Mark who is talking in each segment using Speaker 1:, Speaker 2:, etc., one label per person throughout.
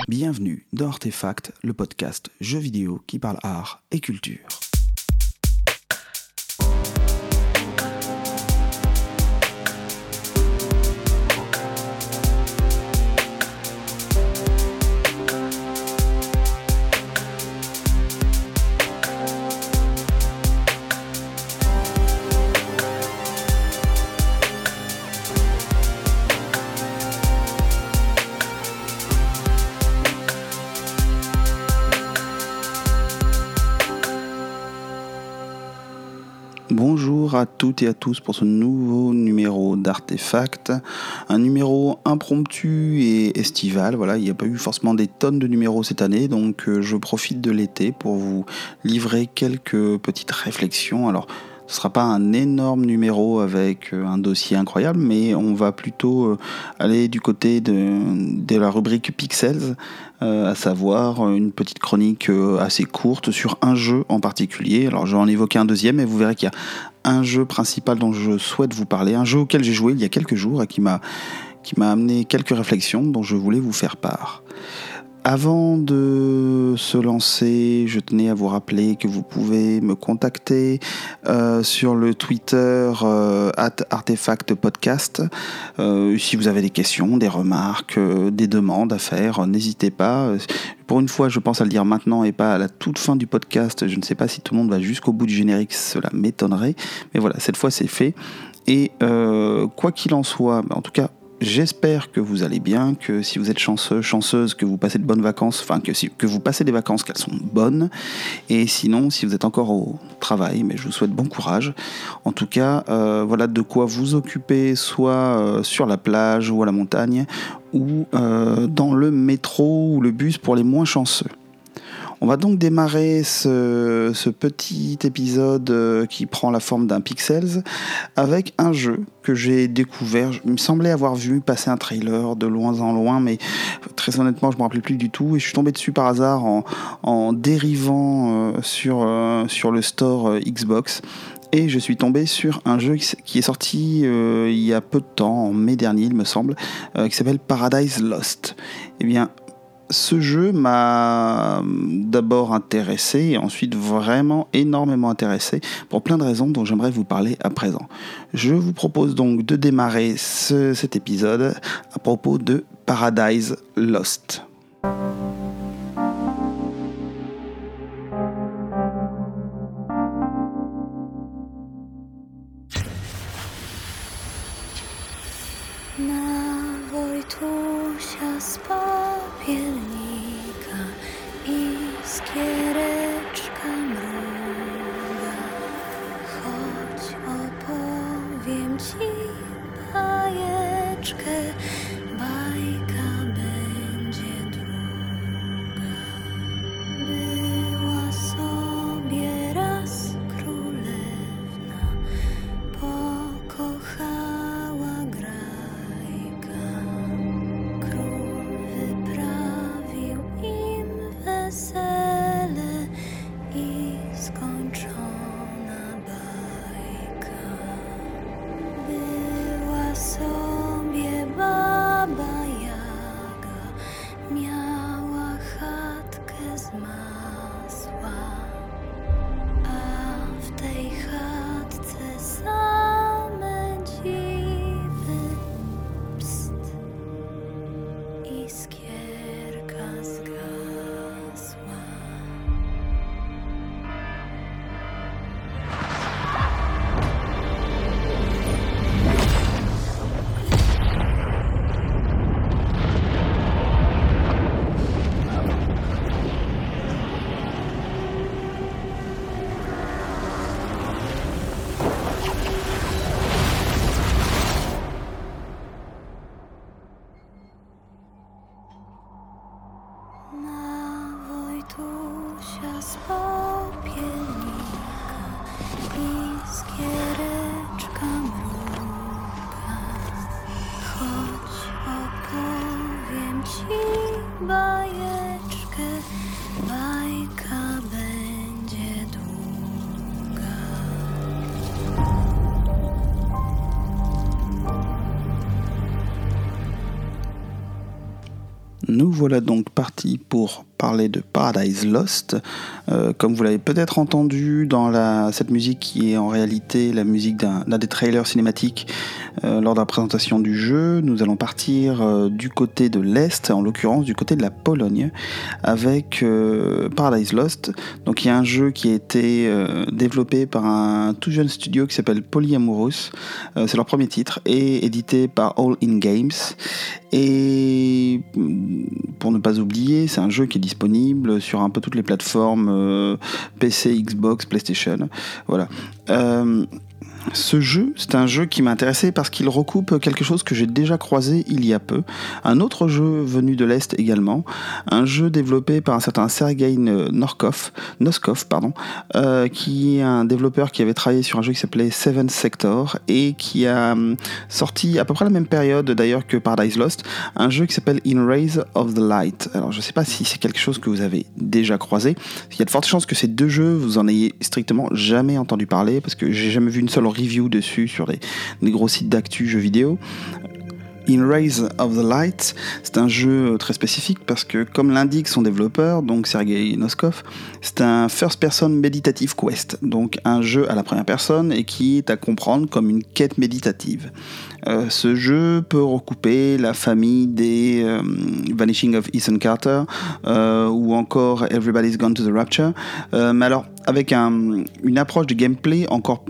Speaker 1: Bienvenue dans Artefact, le podcast jeux vidéo qui parle art et culture. Bonjour à toutes et à tous pour ce nouveau numéro d'Artefact, un numéro impromptu et estival. Voilà, il n'y a pas eu forcément des tonnes de numéros cette année, donc je profite de l'été pour vous livrer quelques petites réflexions. Alors, ce ne sera pas un énorme numéro avec un dossier incroyable, mais on va plutôt aller du côté de la rubrique Pixels, à savoir une petite chronique assez courte sur un jeu en particulier. Alors je vais en évoquer un deuxième et vous verrez qu'il y a un jeu principal dont je souhaite vous parler, un jeu auquel j'ai joué il y a quelques jours et qui m'a amené quelques réflexions dont je voulais vous faire part. Avant de se lancer, je tenais à vous rappeler que vous pouvez me contacter sur le Twitter @artefactpodcast. Si vous avez des questions, des remarques, des demandes à faire, n'hésitez pas. Pour une fois, je pense à le dire maintenant et pas à la toute fin du podcast. Je ne sais pas si tout le monde va jusqu'au bout du générique, cela m'étonnerait. Mais voilà, cette fois c'est fait. Et quoi qu'il en soit, en tout cas, j'espère que vous allez bien, que si vous êtes chanceux, chanceuse, que vous passez de bonnes vacances, enfin que vous passez des vacances, qu'elles sont bonnes. Et sinon, si vous êtes encore au travail, mais je vous souhaite bon courage. En tout cas, voilà de quoi vous occuper, soit sur la plage ou à la montagne, ou dans le métro ou le bus pour les moins chanceux. On va donc démarrer ce petit épisode qui prend la forme d'un Pixels avec un jeu que j'ai découvert. Il me semblait avoir vu passer un trailer de loin en loin, mais très honnêtement, je ne me rappelais plus du tout. Et je suis tombé dessus par hasard en dérivant sur le store Xbox. Et je suis tombé sur un jeu qui est sorti il y a peu de temps, en mai dernier, il me semble, qui s'appelle Paradise Lost. Eh bien, ce jeu m'a d'abord intéressé et ensuite vraiment énormément intéressé pour plein de raisons dont j'aimerais vous parler à présent. Je vous propose donc de démarrer cet épisode à propos de Paradise Lost. Nous voilà donc partis pour parler de Paradise Lost. Comme vous l'avez peut-être entendu dans cette musique qui est en réalité la musique d'un des trailers cinématiques lors de la présentation du jeu, nous allons partir du côté de l'Est, en l'occurrence du côté de la Pologne, avec Paradise Lost. Donc il y a un jeu qui a été développé par un tout jeune studio qui s'appelle Polyamorous. C'est leur premier titre, et édité par All In Games. Et pour ne pas oublier, c'est un jeu qui est disponible sur un peu toutes les plateformes PC, Xbox, PlayStation. Voilà. Ce jeu, c'est un jeu qui m'a intéressé parce qu'il recoupe quelque chose que j'ai déjà croisé il y a peu. Un autre jeu venu de l'Est également. Un jeu développé par un certain Sergei Noskov, qui est un développeur qui avait travaillé sur un jeu qui s'appelait Seventh Sector et qui a sorti à peu près la même période d'ailleurs que Paradise Lost, un jeu qui s'appelle In Rays of the Light. Alors je ne sais pas si c'est quelque chose que vous avez déjà croisé. Il y a de fortes chances que ces deux jeux, vous en ayez strictement jamais entendu parler parce que j'ai jamais vu une seule review dessus sur les gros sites d'actu jeux vidéo. In Rays of the Light, c'est un jeu très spécifique parce que, comme l'indique son développeur, donc Sergei Noskov, c'est un first-person meditative quest, donc un jeu à la première personne et qui est à comprendre comme une quête méditative. Ce jeu peut recouper la famille des Vanishing of Ethan Carter ou encore Everybody's Gone to the Rapture, mais alors avec une approche de gameplay encore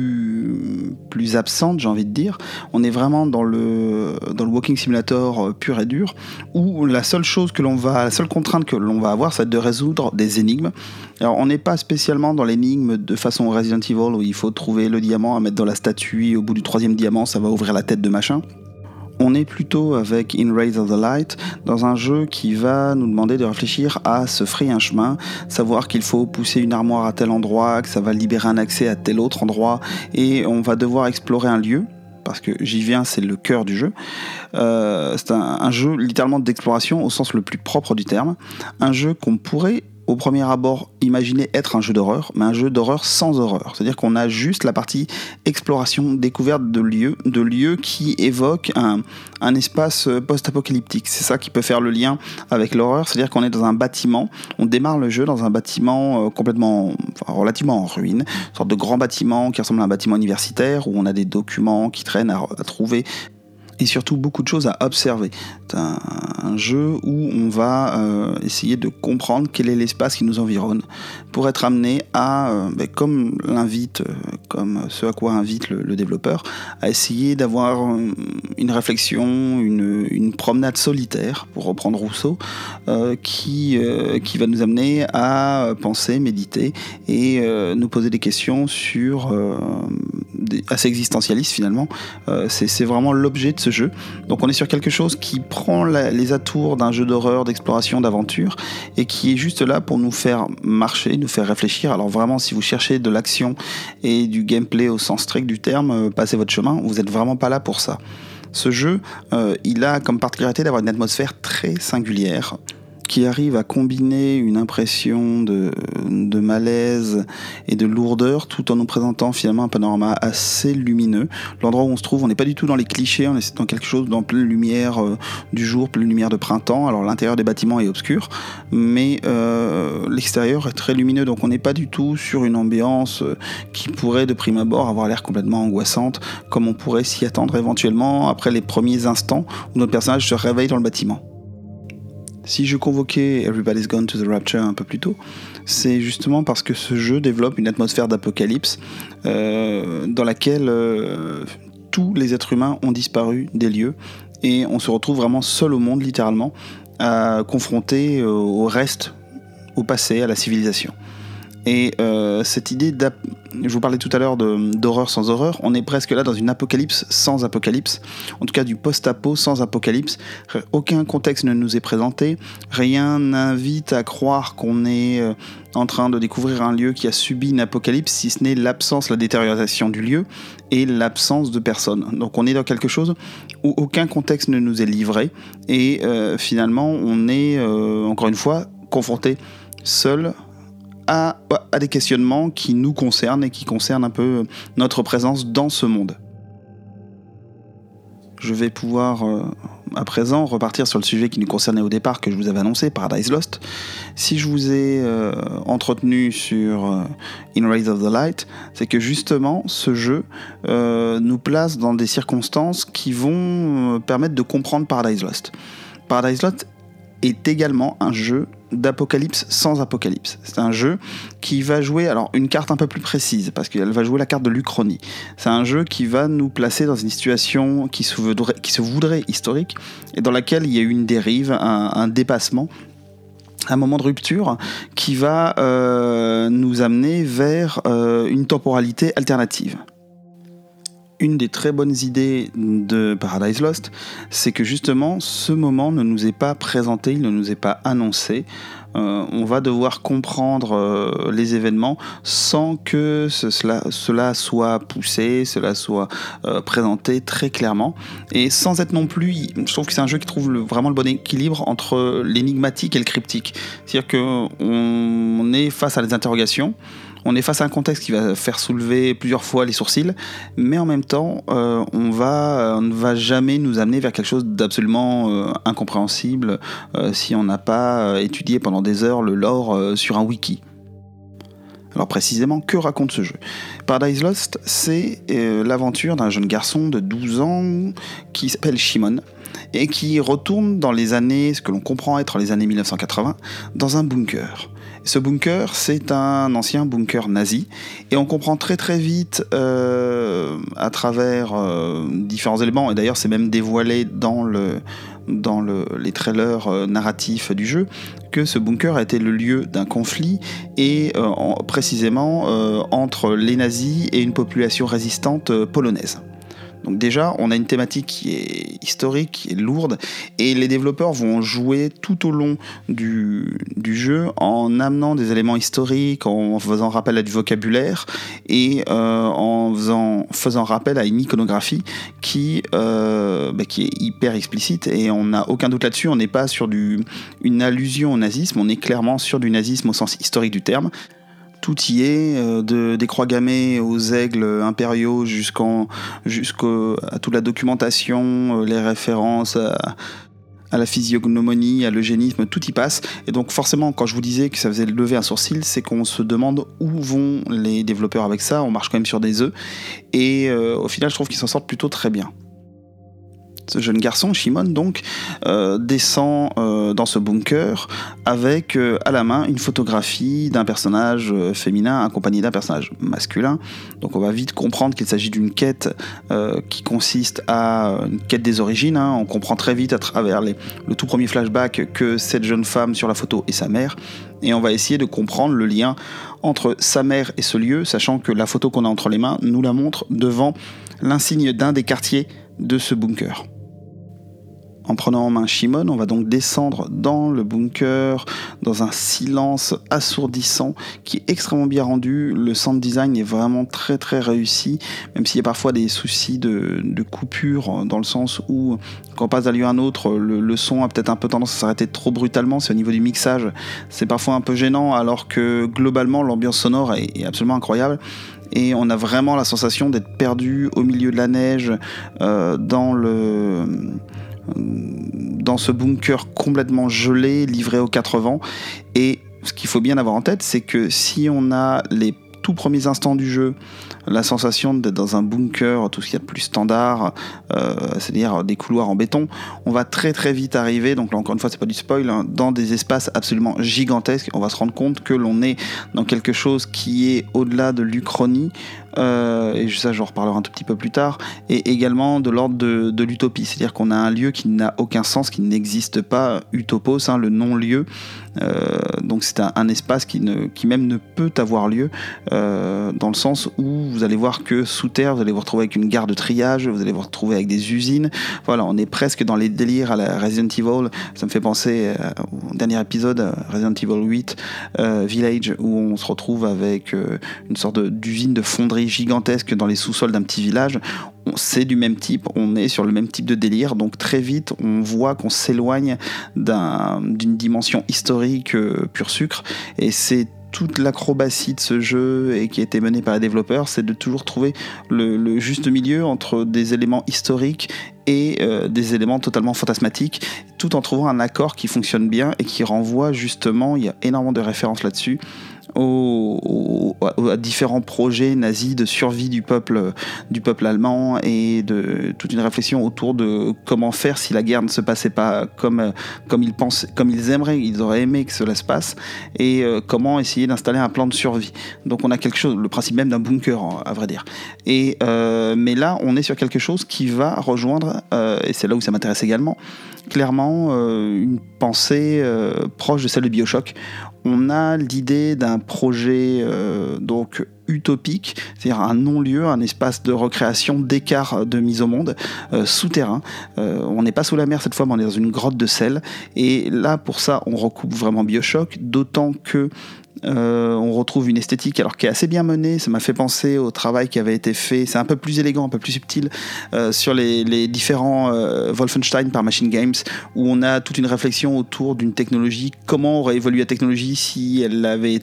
Speaker 1: plus absente, j'ai envie de dire. On est vraiment dans le walking simulator pur et dur, où la seule contrainte que l'on va avoir, c'est de résoudre des énigmes. Alors on n'est pas spécialement dans l'énigme de façon Resident Evil, où il faut trouver le diamant à mettre dans la statue, et au bout du 3e diamant, ça va ouvrir la tête de machin. On est plutôt avec In Rays of the Light dans un jeu qui va nous demander de réfléchir à se frayer un chemin, savoir qu'il faut pousser une armoire à tel endroit, que ça va libérer un accès à tel autre endroit, et on va devoir explorer un lieu, parce que j'y viens, c'est le cœur du jeu. C'est un jeu littéralement d'exploration au sens le plus propre du terme, un jeu qu'on pourrait au premier abord imaginer être un jeu d'horreur, mais un jeu d'horreur sans horreur. C'est-à-dire qu'on a juste la partie exploration, découverte de lieux qui évoquent un espace post-apocalyptique. C'est ça qui peut faire le lien avec l'horreur, c'est-à-dire qu'on est dans un bâtiment, on démarre le jeu dans un bâtiment relativement en ruine, une sorte de grand bâtiment qui ressemble à un bâtiment universitaire, où on a des documents qui traînent à trouver, et surtout beaucoup de choses à observer. C'est un jeu où on va essayer de comprendre quel est l'espace qui nous environne pour être amené à, comme ce à quoi invite le développeur, à essayer d'avoir une réflexion, une promenade solitaire, pour reprendre Rousseau, qui va nous amener à penser, méditer et nous poser des questions assez existentialistes finalement. C'est vraiment l'objet de ce jeu. Donc on est sur quelque chose qui prend les atours d'un jeu d'horreur, d'exploration, d'aventure, et qui est juste là pour nous faire marcher, nous faire réfléchir. Alors vraiment, si vous cherchez de l'action et du gameplay au sens strict du terme, passez votre chemin, vous n'êtes vraiment pas là pour ça. Ce jeu, il a comme particularité d'avoir une atmosphère très singulière, qui arrive à combiner une impression de malaise et de lourdeur tout en nous présentant finalement un panorama assez lumineux. L'endroit où on se trouve, on n'est pas du tout dans les clichés, on est dans quelque chose dans pleine lumière du jour, pleine lumière de printemps. Alors l'intérieur des bâtiments est obscur, mais l'extérieur est très lumineux, donc on n'est pas du tout sur une ambiance qui pourrait de prime abord avoir l'air complètement angoissante, comme on pourrait s'y attendre éventuellement après les premiers instants où notre personnage se réveille dans le bâtiment. Si je convoquais Everybody's Gone to the Rapture un peu plus tôt, c'est justement parce que ce jeu développe une atmosphère d'apocalypse dans laquelle tous les êtres humains ont disparu des lieux et on se retrouve vraiment seul au monde, littéralement, confronté au reste, au passé, à la civilisation. Et cette idée je vous parlais tout à l'heure d'horreur sans horreur, on est presque là dans une apocalypse sans apocalypse, en tout cas du post-apo sans apocalypse. Aucun contexte ne nous est présenté, rien n'invite à croire qu'on est en train de découvrir un lieu qui a subi une apocalypse, si ce n'est la détérioration du lieu et l'absence de personnes. Donc on est dans quelque chose où aucun contexte ne nous est livré, et finalement on est encore une fois confronté seul à des questionnements qui nous concernent et qui concernent un peu notre présence dans ce monde. Je vais pouvoir à présent repartir sur le sujet qui nous concernait au départ, que je vous avais annoncé, Paradise Lost. Si je vous ai entretenu sur In Rays of the Light, c'est que justement ce jeu nous place dans des circonstances qui vont permettre de comprendre Paradise Lost. Paradise Lost est également un jeu d'apocalypse sans apocalypse. C'est un jeu qui va jouer une carte un peu plus précise, parce qu'elle va jouer la carte de l'Uchronie. C'est un jeu qui va nous placer dans une situation qui se voudrait historique, et dans laquelle il y a eu une dérive, un dépassement, un moment de rupture qui va nous amener vers une temporalité alternative. Une des très bonnes idées de Paradise Lost, c'est que justement ce moment ne nous est pas présenté, il ne nous est pas annoncé. On va devoir comprendre les événements sans que cela soit poussé, cela soit présenté très clairement, et sans être non plus, je trouve que c'est un jeu qui trouve vraiment le bon équilibre entre l'énigmatique et le cryptique. C'est-à-dire qu'on est face à des interrogations, on est face à un contexte qui va faire soulever plusieurs fois les sourcils, mais en même temps, on ne va jamais nous amener vers quelque chose d'absolument incompréhensible si on n'a pas étudié pendant des heures le lore sur un wiki. Alors précisément, que raconte ce jeu ? Paradise Lost, c'est l'aventure d'un jeune garçon de 12 ans qui s'appelle Shimon, et qui retourne dans les années, ce que l'on comprend être les années 1980, dans un bunker. Ce bunker, c'est un ancien bunker nazi, et on comprend très très vite à travers différents éléments, et d'ailleurs c'est même dévoilé dans les trailers narratifs du jeu, que ce bunker a été le lieu d'un conflit, et précisément entre les nazis et une population résistante polonaise. Donc déjà, on a une thématique qui est historique, qui est lourde, et les développeurs vont jouer tout au long du jeu en amenant des éléments historiques, en faisant rappel à du vocabulaire, et en faisant rappel à une iconographie qui est hyper explicite, et on n'a aucun doute là-dessus, on n'est pas sur une allusion au nazisme, on est clairement sur du nazisme au sens historique du terme. Tout y est, des croix gammées aux aigles impériaux jusqu'à toute la documentation, les références à la physiognomonie, à l'eugénisme, tout y passe. Et donc forcément, quand je vous disais que ça faisait lever un sourcil, c'est qu'on se demande où vont les développeurs avec ça. On marche quand même sur des œufs. Et au final, je trouve qu'ils s'en sortent plutôt très bien. Ce jeune garçon, Shimon, donc, descend dans ce bunker avec à la main une photographie d'un personnage féminin accompagné d'un personnage masculin. Donc on va vite comprendre qu'il s'agit d'une quête qui consiste à une quête des origines. On comprend très vite à travers le tout premier flashback que cette jeune femme sur la photo est sa mère. Et on va essayer de comprendre le lien entre sa mère et ce lieu, sachant que la photo qu'on a entre les mains nous la montre devant l'insigne d'un des quartiers de ce bunker. En prenant en main Shimon, on va donc descendre dans le bunker, dans un silence assourdissant qui est extrêmement bien rendu. Le sound design est vraiment très très réussi, même s'il y a parfois des soucis de coupure, dans le sens où quand on passe d'un lieu à un autre, le son a peut-être un peu tendance à s'arrêter trop brutalement. C'est au niveau du mixage, c'est parfois un peu gênant, alors que globalement l'ambiance sonore est absolument incroyable. Et on a vraiment la sensation d'être perdu au milieu de la neige, dans ce bunker complètement gelé, livré aux quatre vents. Et ce qu'il faut bien avoir en tête, c'est que si on a les tout premiers instants du jeu, la sensation d'être dans un bunker, tout ce qu'il y a de plus standard, c'est-à-dire des couloirs en béton, on va très très vite arriver, donc là encore une fois c'est pas du spoil, dans des espaces absolument gigantesques. On va se rendre compte que l'on est dans quelque chose qui est au-delà de l'Uchronie, et ça j'en reparlerai un tout petit peu plus tard, et également de l'ordre de l'utopie, c'est-à-dire qu'on a un lieu qui n'a aucun sens, qui n'existe pas, Utopos, le non-lieu, donc c'est un espace qui même ne peut avoir lieu, dans le sens où vous allez voir que sous terre, vous allez vous retrouver avec une gare de triage, vous allez vous retrouver avec des usines. Voilà, on est presque dans les délires à la Resident Evil. Ça me fait penser au dernier épisode, Resident Evil 8 Village, où on se retrouve avec une sorte d'usine de fonderie gigantesque dans les sous-sols d'un petit village. C'est du même type, on est sur le même type de délire, donc très vite on voit qu'on s'éloigne d'une dimension historique pur sucre, et c'est toute l'acrobatie de ce jeu et qui a été menée par les développeurs, c'est de toujours trouver le juste milieu entre des éléments historiques et des éléments totalement fantasmatiques, tout en trouvant un accord qui fonctionne bien et qui renvoie justement, il y a énormément de références là-dessus, à différents projets nazis de survie du peuple allemand, et de toute une réflexion autour de comment faire si la guerre ne se passait pas comme ils auraient aimé que cela se passe, et comment essayer d'installer un plan de survie. Donc on a quelque chose, le principe même d'un bunker, à vrai dire. Et mais là on est sur quelque chose qui va rejoindre, et c'est là où ça m'intéresse également, clairement une pensée proche de celle de BioShock. On a l'idée d'un projet donc utopique, c'est-à-dire un non-lieu, un espace de recréation, d'écart de mise au monde souterrain. On n'est pas sous la mer cette fois, mais on est dans une grotte de sel. Et là, pour ça, on recoupe vraiment BioShock, d'autant que on retrouve une esthétique qui est assez bien menée. Ça m'a fait penser au travail qui avait été fait, c'est un peu plus élégant, un peu plus subtil, sur les différents Wolfenstein par Machine Games, où on a toute une réflexion autour d'une technologie, comment aurait évolué la technologie si elle avait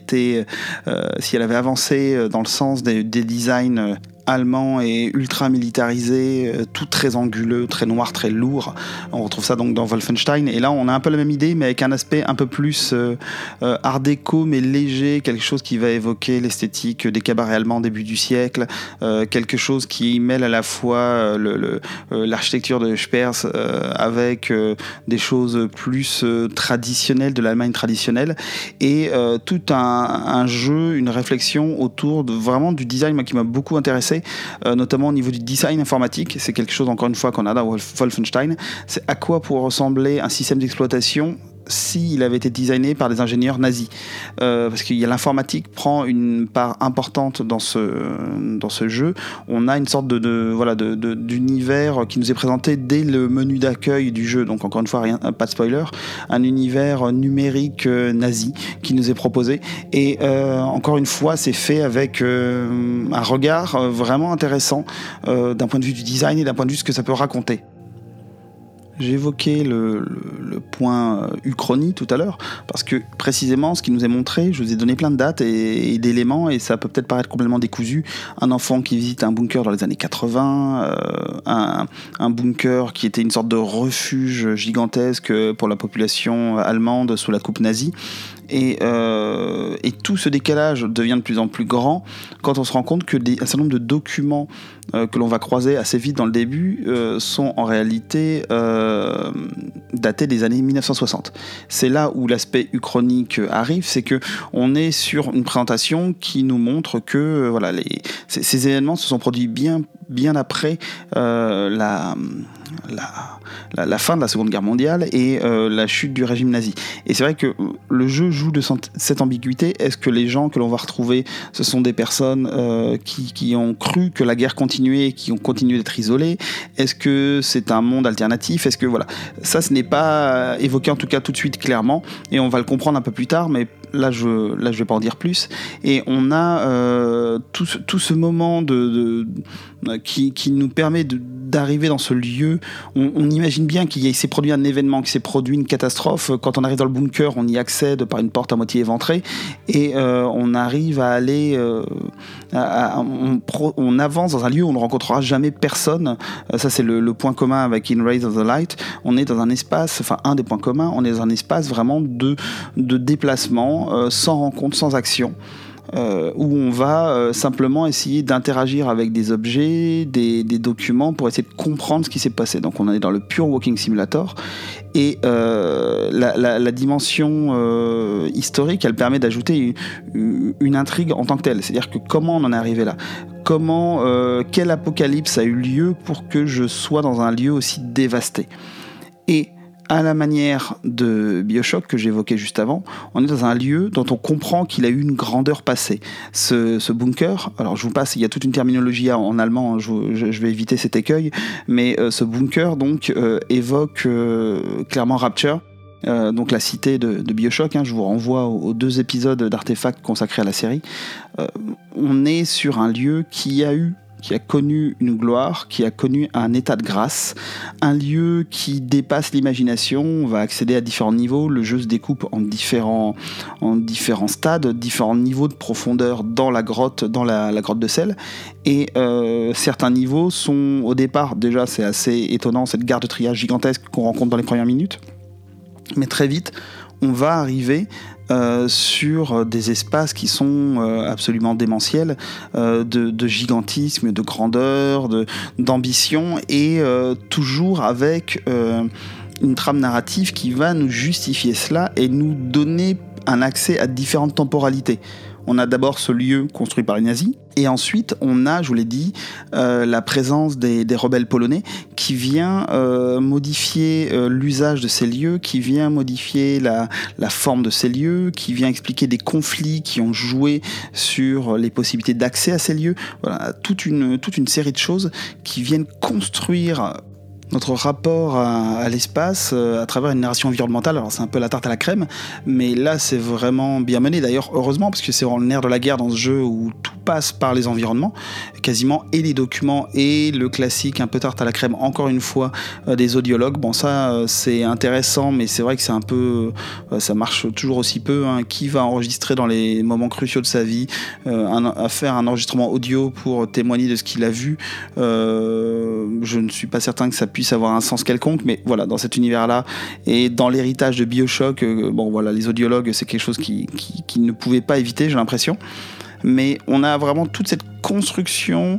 Speaker 1: avancé dans le sens des designs allemand et ultra militarisé, tout très anguleux, très noir, très lourd. On retrouve ça donc dans Wolfenstein, et là on a un peu la même idée mais avec un aspect un peu plus art déco mais léger, quelque chose qui va évoquer l'esthétique des cabarets allemands début du siècle, quelque chose qui mêle à la fois l'architecture de Speers avec des choses plus traditionnelles de l'Allemagne traditionnelle, et tout un jeu, une réflexion autour vraiment du design qui m'a beaucoup intéressé, notamment au niveau du design informatique. C'est quelque chose encore une fois qu'on a dans Wolfenstein, c'est à quoi pourrait ressembler un système d'exploitation s'il avait été designé par des ingénieurs nazis, parce qu'il y a l'informatique prend une part importante dans ce jeu. On a une sorte d'univers qui nous est présenté dès le menu d'accueil du jeu, donc encore une fois pas de spoiler, un univers numérique nazi qui nous est proposé, et encore une fois c'est fait avec un regard vraiment intéressant d'un point de vue du design et d'un point de vue de ce que ça peut raconter. J'ai évoqué le point Uchronie tout à l'heure, parce que précisément ce qui nous est montré, je vous ai donné plein de dates et d'éléments, et ça peut peut-être paraître complètement décousu. Un enfant qui visite un bunker dans les années 80, un bunker qui était une sorte de refuge gigantesque pour la population allemande sous la coupe nazie. Et tout ce décalage devient de plus en plus grand quand on se rend compte que un certain nombre de documents que l'on va croiser assez vite dans le début sont en réalité datés des années 1960. C'est là où l'aspect uchronique arrive, c'est que on est sur une présentation qui nous montre que ces événements se sont produits bien après la fin de la Seconde Guerre mondiale et la chute du régime nazi. Et c'est vrai que le jeu joue de cette ambiguïté. Est-ce que les gens que l'on va retrouver, ce sont des personnes qui ont cru que la guerre continuait et qui ont continué d'être isolées? Est-ce que c'est un monde alternatif? Est-ce que ça, ce n'est pas évoqué en tout cas tout de suite clairement, et on va le comprendre un peu plus tard, mais là je vais pas en dire plus. Et on a tout ce moment qui nous permet d'arriver dans ce lieu. On imagine bien qu'il s'est produit un événement, qu'il s'est produit une catastrophe. Quand on arrive dans le bunker, on y accède par une porte à moitié éventrée, et on arrive à aller on avance dans un lieu où on ne rencontrera jamais personne. Ça c'est le point commun avec In Rays of the Light. On est dans un espace, un des points communs, on est dans un espace vraiment de déplacement, sans rencontre, sans action, où on va simplement essayer d'interagir avec des objets, des documents, pour essayer de comprendre ce qui s'est passé. Donc on est dans le pure walking simulator, et la dimension historique, elle permet d'ajouter une intrigue en tant que telle. C'est-à-dire que comment on en est arrivé là, quel apocalypse a eu lieu pour que je sois dans un lieu aussi dévasté. Et à la manière de BioShock que j'évoquais juste avant, on est dans un lieu dont on comprend qu'il a eu une grandeur passée. Ce bunker, alors je vous passe, il y a toute une terminologie en allemand, je vais éviter cet écueil, mais ce bunker donc évoque clairement Rapture, donc la cité de BioShock. Je vous renvoie aux 2 épisodes d'Artefact consacrés à la série. On est sur un lieu qui qui a connu une gloire, qui a connu un état de grâce, un lieu qui dépasse l'imagination. On va accéder à différents niveaux, le jeu se découpe en différents stades, différents niveaux de profondeur dans la grotte de sel, et certains niveaux sont au départ, déjà c'est assez étonnant, cette gare de triage gigantesque qu'on rencontre dans les premières minutes, mais très vite on va arriver sur des espaces qui sont absolument démentiels, de gigantisme, de grandeur, d'ambition, et toujours avec une trame narrative qui va nous justifier cela et nous donner un accès à différentes temporalités. On a d'abord ce lieu construit par les nazis, et ensuite on a, je vous l'ai dit, la présence des rebelles polonais qui vient modifier l'usage de ces lieux, qui vient modifier la forme de ces lieux, qui vient expliquer des conflits qui ont joué sur les possibilités d'accès à ces lieux. Voilà, toute une série de choses qui viennent construire notre rapport à l'espace à travers une narration environnementale. Alors c'est un peu la tarte à la crème, mais là c'est vraiment bien mené, d'ailleurs heureusement, parce que c'est vraiment le nerf de la guerre dans ce jeu où tout passe par les environnements quasiment, et les documents, et le classique un peu tarte à la crème, encore une fois, des audiologues. Bon, ça c'est intéressant, mais c'est vrai que c'est un peu ça marche toujours aussi peu, hein. Qui va enregistrer dans les moments cruciaux de sa vie à faire un enregistrement audio pour témoigner de ce qu'il a vu? Je ne suis pas certain que ça puisse avoir un sens quelconque, mais voilà, dans cet univers-là et dans l'héritage de BioShock, bon voilà, les audiologues, c'est quelque chose qui ne pouvait pas éviter, j'ai l'impression. Mais on a vraiment toute cette construction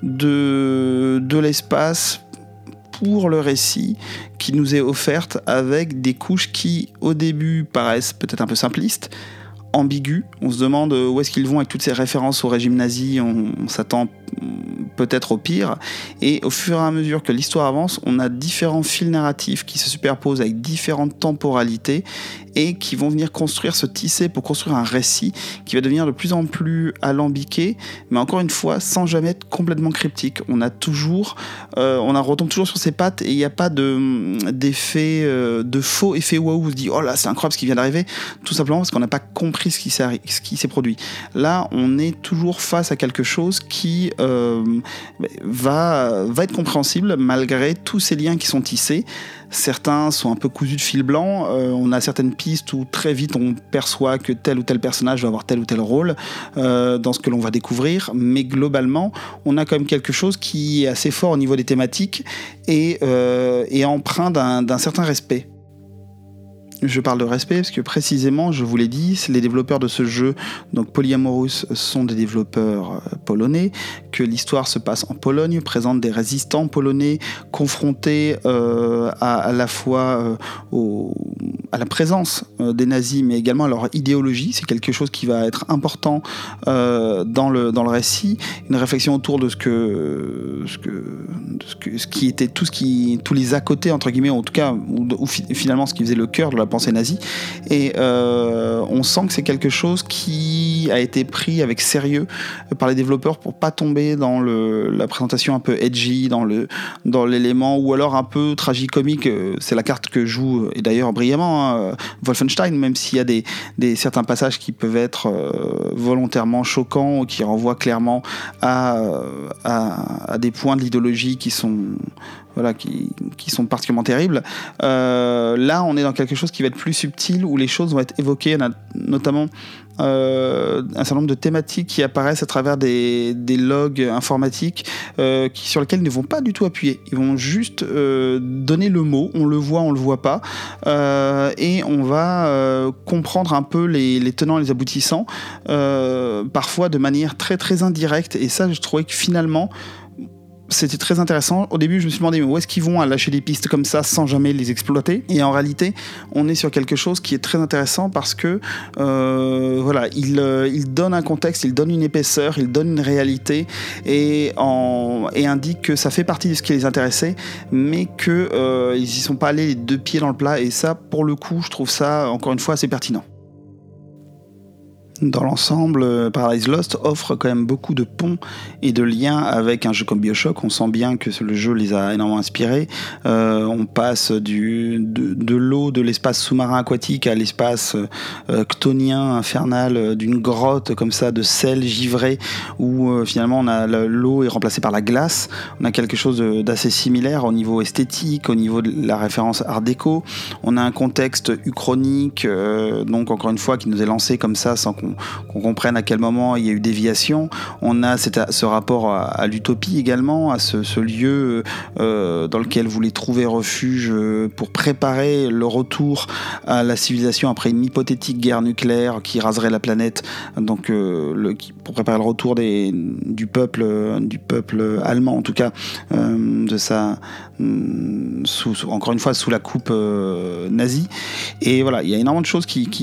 Speaker 1: de l'espace pour le récit qui nous est offerte, avec des couches qui au début paraissent peut-être un peu simplistes, ambiguës. On se demande où est-ce qu'ils vont avec toutes ces références au régime nazi. On s'attend peut-être au pire, et au fur et à mesure que l'histoire avance, on a différents fils narratifs qui se superposent avec différentes temporalités et qui vont venir se tisser pour construire un récit qui va devenir de plus en plus alambiqué, mais encore une fois sans jamais être complètement cryptique. On retombe toujours sur ses pattes, et il n'y a pas d'effet de faux effet waouh où on se dit oh là c'est incroyable ce qui vient d'arriver, tout simplement parce qu'on n'a pas compris ce qui s'est produit. Là on est toujours face à quelque chose qui va être compréhensible malgré tous ces liens qui sont tissés. Certains sont un peu cousus de fil blanc. On a certaines pistes où très vite on perçoit que tel ou tel personnage va avoir tel ou tel rôle dans ce que l'on va découvrir, mais globalement on a quand même quelque chose qui est assez fort au niveau des thématiques et empreint d'un certain respect. Je parle de respect parce que précisément, je vous l'ai dit, les développeurs de ce jeu, donc Polyamorous, sont des développeurs polonais, que l'histoire se passe en Pologne, présente des résistants polonais confrontés à la fois à la présence des nazis, mais également à leur idéologie. C'est quelque chose qui va être important dans le récit, une réflexion autour de ce qui était tous les à côté entre guillemets, en tout cas, ou finalement ce qui faisait le cœur de la pensée nazie, et on sent que c'est quelque chose qui a été pris avec sérieux par les développeurs pour pas tomber dans la présentation un peu edgy, dans l'élément, ou alors un peu tragicomique. C'est la carte que joue, et d'ailleurs brillamment, Wolfenstein, même s'il y a certains passages qui peuvent être volontairement choquants ou qui renvoient clairement à des points de l'idéologie qui sont particulièrement terribles. Là, on est dans quelque chose qui va être plus subtil, où les choses vont être évoquées. On a notamment un certain nombre de thématiques qui apparaissent à travers des logs informatiques sur lesquels ils ne vont pas du tout appuyer. Ils vont juste donner le mot, on le voit, on le voit pas, et on va comprendre un peu les tenants et les aboutissants, parfois de manière très très indirecte. Et ça, je trouvais que finalement c'était très intéressant. Au début, je me suis demandé où est-ce qu'ils vont à lâcher des pistes comme ça sans jamais les exploiter. Et en réalité, on est sur quelque chose qui est très intéressant parce que il donne un contexte, il donne une épaisseur, il donne une réalité et indique que ça fait partie de ce qui les intéressait, mais que ils y sont pas allés les deux pieds dans le plat. Et ça, pour le coup, je trouve ça encore une fois assez pertinent. Dans l'ensemble, Paradise Lost offre quand même beaucoup de ponts et de liens avec un jeu comme BioShock. On sent bien que le jeu les a énormément inspirés. On passe de l'eau, de l'espace sous-marin aquatique à l'espace chtonien, infernal, d'une grotte comme ça, de sel givré, où finalement l'eau est remplacée par la glace. On a quelque chose d'assez similaire au niveau esthétique, au niveau de la référence art déco. On a un contexte uchronique, donc encore une fois, qui nous est lancé comme ça sans qu'on comprenne à quel moment il y a eu déviation. On a ce rapport à l'utopie également, à ce lieu dans lequel vous voulez trouver refuge pour préparer le retour à la civilisation après une hypothétique guerre nucléaire qui raserait la planète. Donc, pour préparer le retour du peuple allemand, en tout cas, encore une fois sous la coupe nazie. Et voilà, il y a énormément de choses qui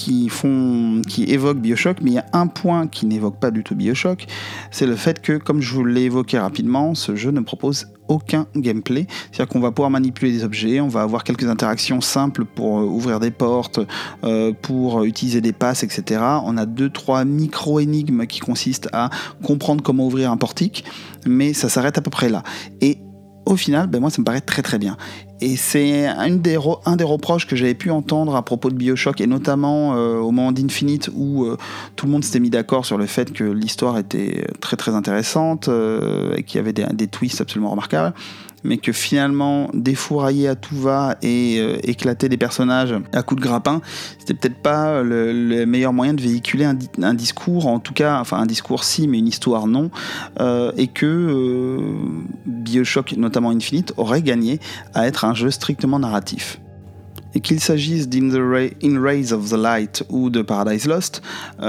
Speaker 1: évoquent BioShock, mais il y a un point qui n'évoque pas du tout BioShock, c'est le fait que, comme je vous l'ai évoqué rapidement, ce jeu ne propose aucun gameplay. C'est-à-dire qu'on va pouvoir manipuler des objets, on va avoir quelques interactions simples pour ouvrir des portes, pour utiliser des passes, etc. On a 2-3 micro-énigmes qui consistent à comprendre comment ouvrir un portique, mais ça s'arrête à peu près là. Et au final, moi, ça me paraît très très bien. Et c'est un des reproches que j'avais pu entendre à propos de BioShock, et notamment au moment d'Infinite, où tout le monde s'était mis d'accord sur le fait que l'histoire était très très intéressante, et qu'il y avait des twists absolument remarquables, mais que finalement défourailler à tout va et éclater des personnages à coups de grappin, c'était peut-être pas le meilleur moyen de véhiculer un discours, en tout cas, enfin un discours si, mais une histoire non, et que BioShock, notamment Infinite, aurait gagné à être un jeu strictement narratif. Et qu'il s'agisse d'In Rays of the Light ou de Paradise Lost,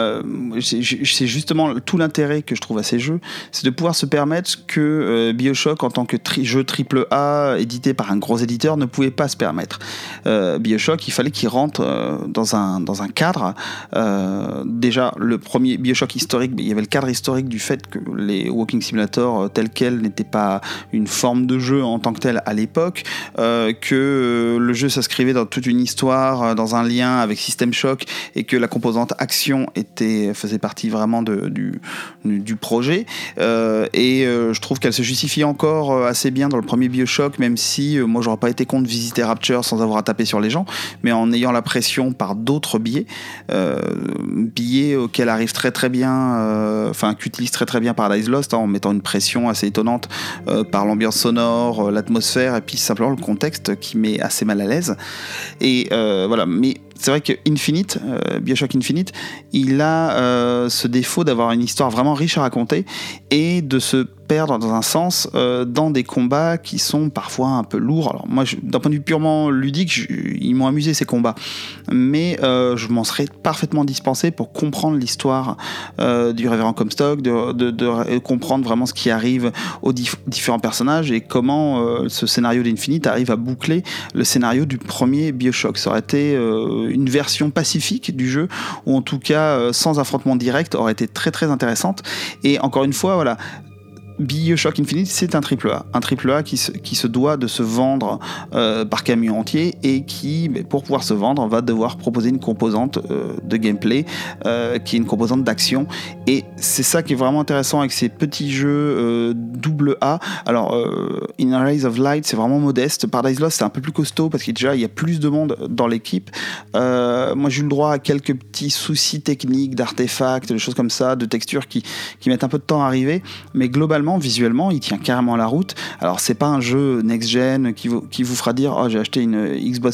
Speaker 1: c'est justement tout l'intérêt que je trouve à ces jeux, c'est de pouvoir se permettre que BioShock, en tant que jeu AAA édité par un gros éditeur, ne pouvait pas se permettre. BioShock, il fallait qu'il rentre dans un cadre. Déjà, le premier BioShock historique, il y avait le cadre historique du fait que les Walking Simulator tels quels n'étaient pas une forme de jeu en tant que tel à l'époque, que le jeu s'inscrivait dans toute une histoire, dans un lien avec System Shock, et que la composante action faisait partie vraiment du projet, et je trouve qu'elle se justifie encore assez bien dans le premier BioShock, même si moi j'aurais pas été contre visiter Rapture sans avoir à taper sur les gens, mais en ayant la pression par d'autres biais auxquels arrive très très bien, qu'utilise très très bien Paradise Lost, en mettant une pression assez étonnante par l'ambiance sonore, l'atmosphère, et puis simplement le contexte qui met assez mal à l'aise. Et voilà, mais c'est vrai que BioShock Infinite, il a ce défaut d'avoir une histoire vraiment riche à raconter et de se perdre dans un sens dans des combats qui sont parfois un peu lourds. Alors moi, d'un point de vue purement ludique, ils m'ont amusé ces combats, mais je m'en serais parfaitement dispensé pour comprendre l'histoire du révérend Comstock, de comprendre vraiment ce qui arrive aux différents personnages et comment ce scénario d'Infinite arrive à boucler le scénario du premier BioShock. Ça aurait été une version pacifique du jeu, ou en tout cas sans affrontement direct, aurait été très très intéressante. Et encore une fois, voilà, BioShock Infinite, c'est un AAA qui se doit de se vendre par camion entier, et qui, pour pouvoir se vendre, va devoir proposer une composante de gameplay qui est une composante d'action. Et c'est ça qui est vraiment intéressant avec ces petits jeux AA. Alors, In Rays of Light, c'est vraiment modeste. Paradise Lost, c'est un peu plus costaud parce qu'il y a plus de monde dans l'équipe. Moi, j'ai eu le droit à quelques petits soucis techniques, d'artefacts, de choses comme ça, de textures qui mettent un peu de temps à arriver, mais globalement, visuellement, il tient carrément la route. Alors, c'est pas un jeu next-gen qui vous fera dire « Oh, j'ai acheté une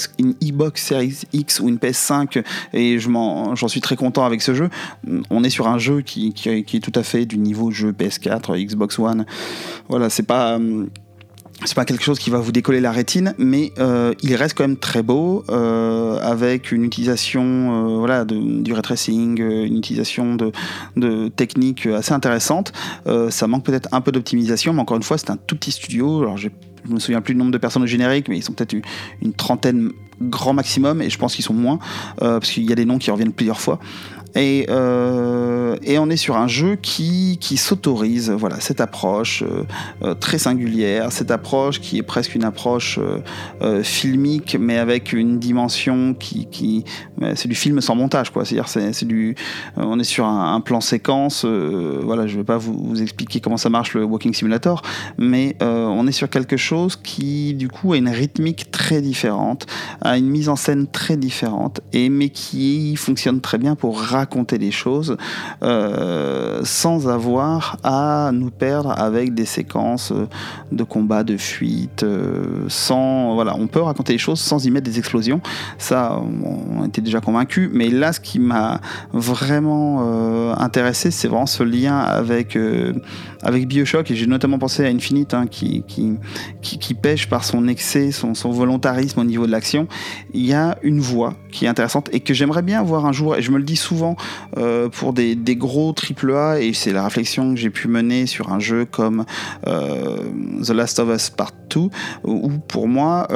Speaker 1: Xbox Series X ou une PS5 et j'en suis très content avec ce jeu ». On est sur un jeu qui est tout à fait du niveau jeu PS4, Xbox One. Voilà, c'est pas quelque chose qui va vous décoller la rétine, mais il reste quand même très beau, avec une utilisation du ray tracing, une utilisation de techniques assez intéressantes. Ça manque peut-être un peu d'optimisation, mais encore une fois, c'est un tout petit studio. Alors je me souviens plus du nombre de personnes au générique, mais ils sont peut-être une trentaine grand maximum, et je pense qu'ils sont moins, parce qu'il y a des noms qui reviennent plusieurs fois. Et on est sur un jeu qui s'autorise cette approche très singulière, cette approche qui est presque une approche filmique, mais avec une dimension c'est du film sans montage, quoi. C'est-à-dire on est sur un plan séquence. Je vais pas vous expliquer comment ça marche le Walking Simulator, mais on est sur quelque chose qui du coup a une rythmique très différente, a une mise en scène très différente, mais qui fonctionne très bien pour raconter les choses sans avoir à nous perdre avec des séquences de combat, de fuite, on peut raconter les choses sans y mettre des explosions. Ça, on était déjà convaincus, mais là, ce qui m'a vraiment intéressé, c'est vraiment ce lien avec BioShock, et j'ai notamment pensé à Infinite, qui pêche par son excès, son volontarisme au niveau de l'action. Il y a une voie qui est intéressante et que j'aimerais bien voir un jour, et je me le dis souvent pour des gros AAA, et c'est la réflexion que j'ai pu mener sur un jeu comme The Last of Us Part 2, où pour moi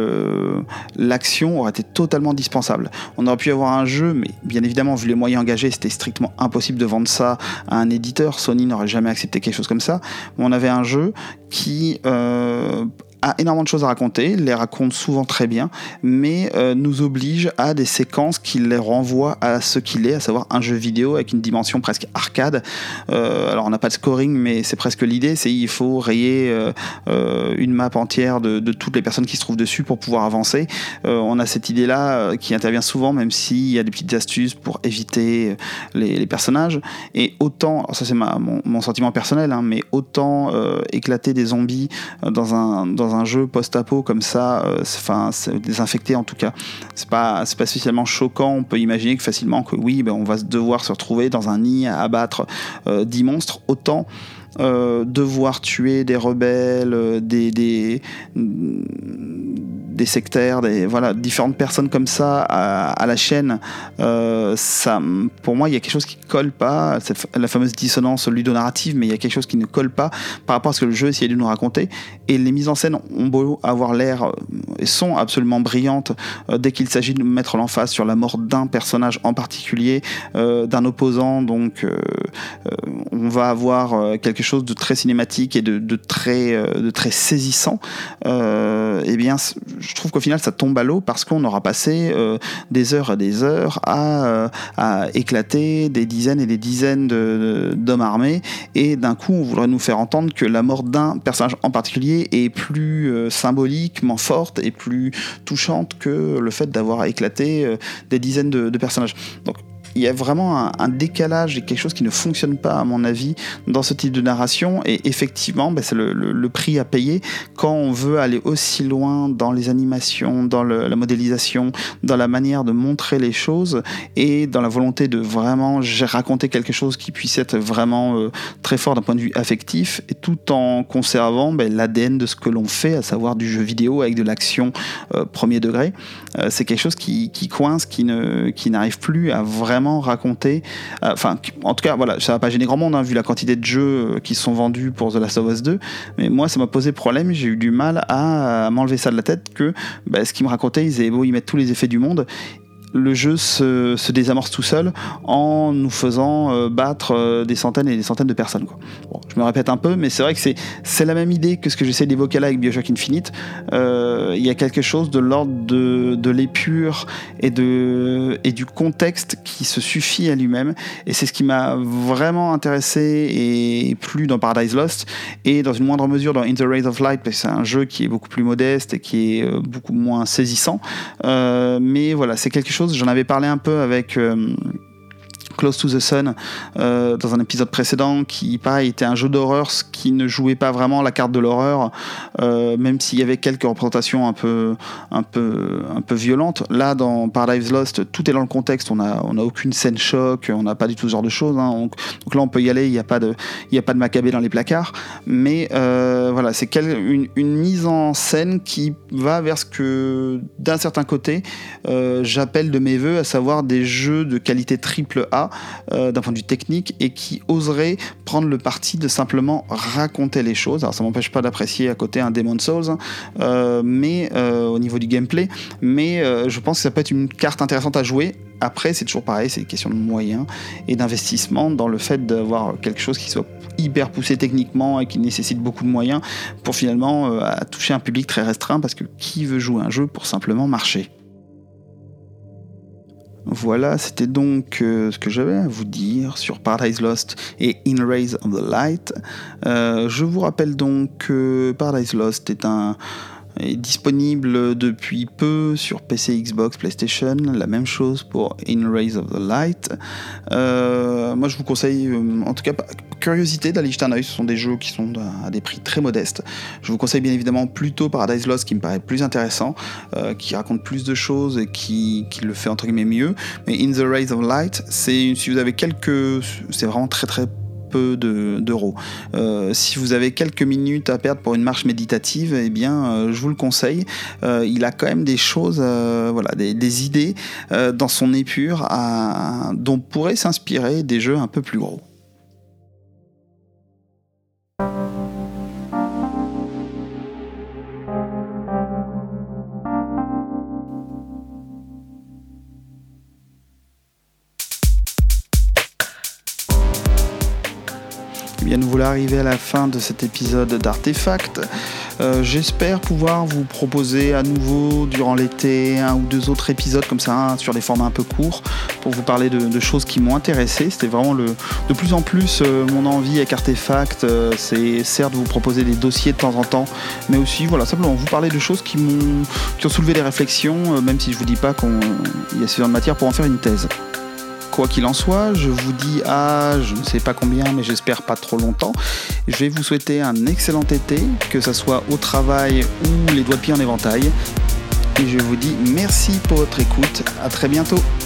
Speaker 1: l'action aurait été totalement indispensable. On aurait pu avoir un jeu, mais bien évidemment vu les moyens engagés, c'était strictement impossible de vendre ça à un éditeur. Sony n'aurait jamais accepté quelque chose comme ça. On avait un jeu qui a énormément de choses à raconter, les raconte souvent très bien, mais nous oblige à des séquences qui les renvoient à ce qu'il est, à savoir un jeu vidéo avec une dimension presque arcade. Alors on n'a pas de scoring, mais c'est presque l'idée, il faut rayer une map entière de toutes les personnes qui se trouvent dessus pour pouvoir avancer. On a cette idée-là qui intervient souvent, même s'il y a des petites astuces pour éviter les personnages. Et autant, alors ça c'est mon sentiment personnel, mais autant éclater des zombies dans un jeu post-apo comme ça, c'est désinfecté en tout cas, c'est pas spécialement choquant. On peut imaginer que facilement on va devoir se retrouver dans un nid à abattre 10 monstres. Autant devoir tuer des rebelles, des sectaires, différentes personnes comme ça à la chaîne, ça, pour moi il y a quelque chose qui colle pas, c'est la fameuse dissonance ludonarrative, mais il y a quelque chose qui ne colle pas par rapport à ce que le jeu essayait de nous raconter. Et les mises en scène ont beau avoir l'air et sont absolument brillantes dès qu'il s'agit de mettre l'emphase sur la mort d'un personnage en particulier, d'un opposant, donc on va avoir quelque chose de très cinématique et de très saisissant. Je trouve qu'au final ça tombe à l'eau parce qu'on aura passé des heures et des heures à éclater des dizaines et des dizaines d'hommes armés, et d'un coup on voudrait nous faire entendre que la mort d'un personnage en particulier est plus symboliquement forte et plus touchante que le fait d'avoir éclaté des dizaines de personnages. Donc il y a vraiment un décalage et quelque chose qui ne fonctionne pas, à mon avis, dans ce type de narration. Et effectivement, c'est le prix à payer quand on veut aller aussi loin dans les animations, dans la modélisation, dans la manière de montrer les choses, et dans la volonté de vraiment raconter quelque chose qui puisse être vraiment très fort d'un point de vue affectif, et tout en conservant l'ADN de ce que l'on fait, à savoir du jeu vidéo avec de l'action premier degré. C'est quelque chose qui coince, qui n'arrive plus à vraiment raconter, en tout cas ça va pas gêner grand monde vu la quantité de jeux qui sont vendus pour The Last of Us 2, mais moi ça m'a posé problème. J'ai eu du mal à m'enlever ça de la tête, que ce qu'ils me racontaient, ils avaient beau y mettre tous les effets du monde, le jeu se désamorce tout seul en nous faisant battre des centaines et des centaines de personnes, quoi. Bon, je me répète un peu, mais c'est vrai que c'est la même idée que ce que j'essaie d'évoquer là avec BioShock Infinite. Il y a quelque chose de l'ordre de l'épure et du contexte qui se suffit à lui-même, et c'est ce qui m'a vraiment intéressé et plu dans Paradise Lost, et dans une moindre mesure dans In the Rays of Light, parce que c'est un jeu qui est beaucoup plus modeste et qui est beaucoup moins saisissant, mais voilà, c'est quelque chose. J'en avais parlé un peu avec Close to the Sun dans un épisode précédent, qui pareil était un jeu d'horreur qui ne jouait pas vraiment la carte de l'horreur, même s'il y avait quelques représentations un peu violentes. Là dans Paradise Lost, tout est dans le contexte, on a aucune scène choc, on n'a pas du tout ce genre de choses, donc là on peut y aller, il n'y a pas de macabé dans les placards, mais c'est une mise en scène qui va vers ce que d'un certain côté j'appelle de mes voeux, à savoir des jeux de qualité triple A ça d'un point de vue technique et qui oserait prendre le parti de simplement raconter les choses. Alors ça m'empêche pas d'apprécier à côté un Demon's Souls, mais au niveau du gameplay, mais je pense que ça peut être une carte intéressante à jouer. Après, c'est toujours pareil, c'est une question de moyens et d'investissement dans le fait d'avoir quelque chose qui soit hyper poussé techniquement et qui nécessite beaucoup de moyens pour finalement toucher un public très restreint, parce que qui veut jouer un jeu pour simplement marcher ? Voilà, c'était donc ce que j'avais à vous dire sur Paradise Lost et In Rays of the Light. Je vous rappelle donc que Paradise Lost est disponible depuis peu sur PC, Xbox, PlayStation. La même chose pour In Rays of the Light. Moi, je vous conseille, en tout cas, curiosité, d'aller jeter un œil. Ce sont des jeux qui sont à des prix très modestes. Je vous conseille bien évidemment plutôt Paradise Lost, qui me paraît plus intéressant, qui raconte plus de choses et qui le fait entre guillemets mieux. Mais In the Rays of Light, si vous avez c'est vraiment très très d'euros. Si vous avez quelques minutes à perdre pour une marche méditative, eh bien, je vous le conseille. Il a quand même des choses, des idées dans son épure dont pourraient s'inspirer des jeux un peu plus gros. Bien, nous voilà arrivés à la fin de cet épisode d'Artefact. J'espère pouvoir vous proposer à nouveau durant l'été 1 ou 2 autres épisodes comme ça, sur des formats un peu courts, pour vous parler de choses qui m'ont intéressé. C'était vraiment de plus en plus mon envie avec Artefact. C'est certes vous proposer des dossiers de temps en temps, mais aussi simplement vous parler de choses qui ont soulevé des réflexions, même si je vous dis pas qu'il y a suffisamment de matière pour en faire une thèse. Quoi qu'il en soit, je vous dis je ne sais pas combien, mais j'espère pas trop longtemps. Je vais vous souhaiter un excellent été, que ça soit au travail ou les doigts de pied en éventail. Et je vous dis merci pour votre écoute. À très bientôt.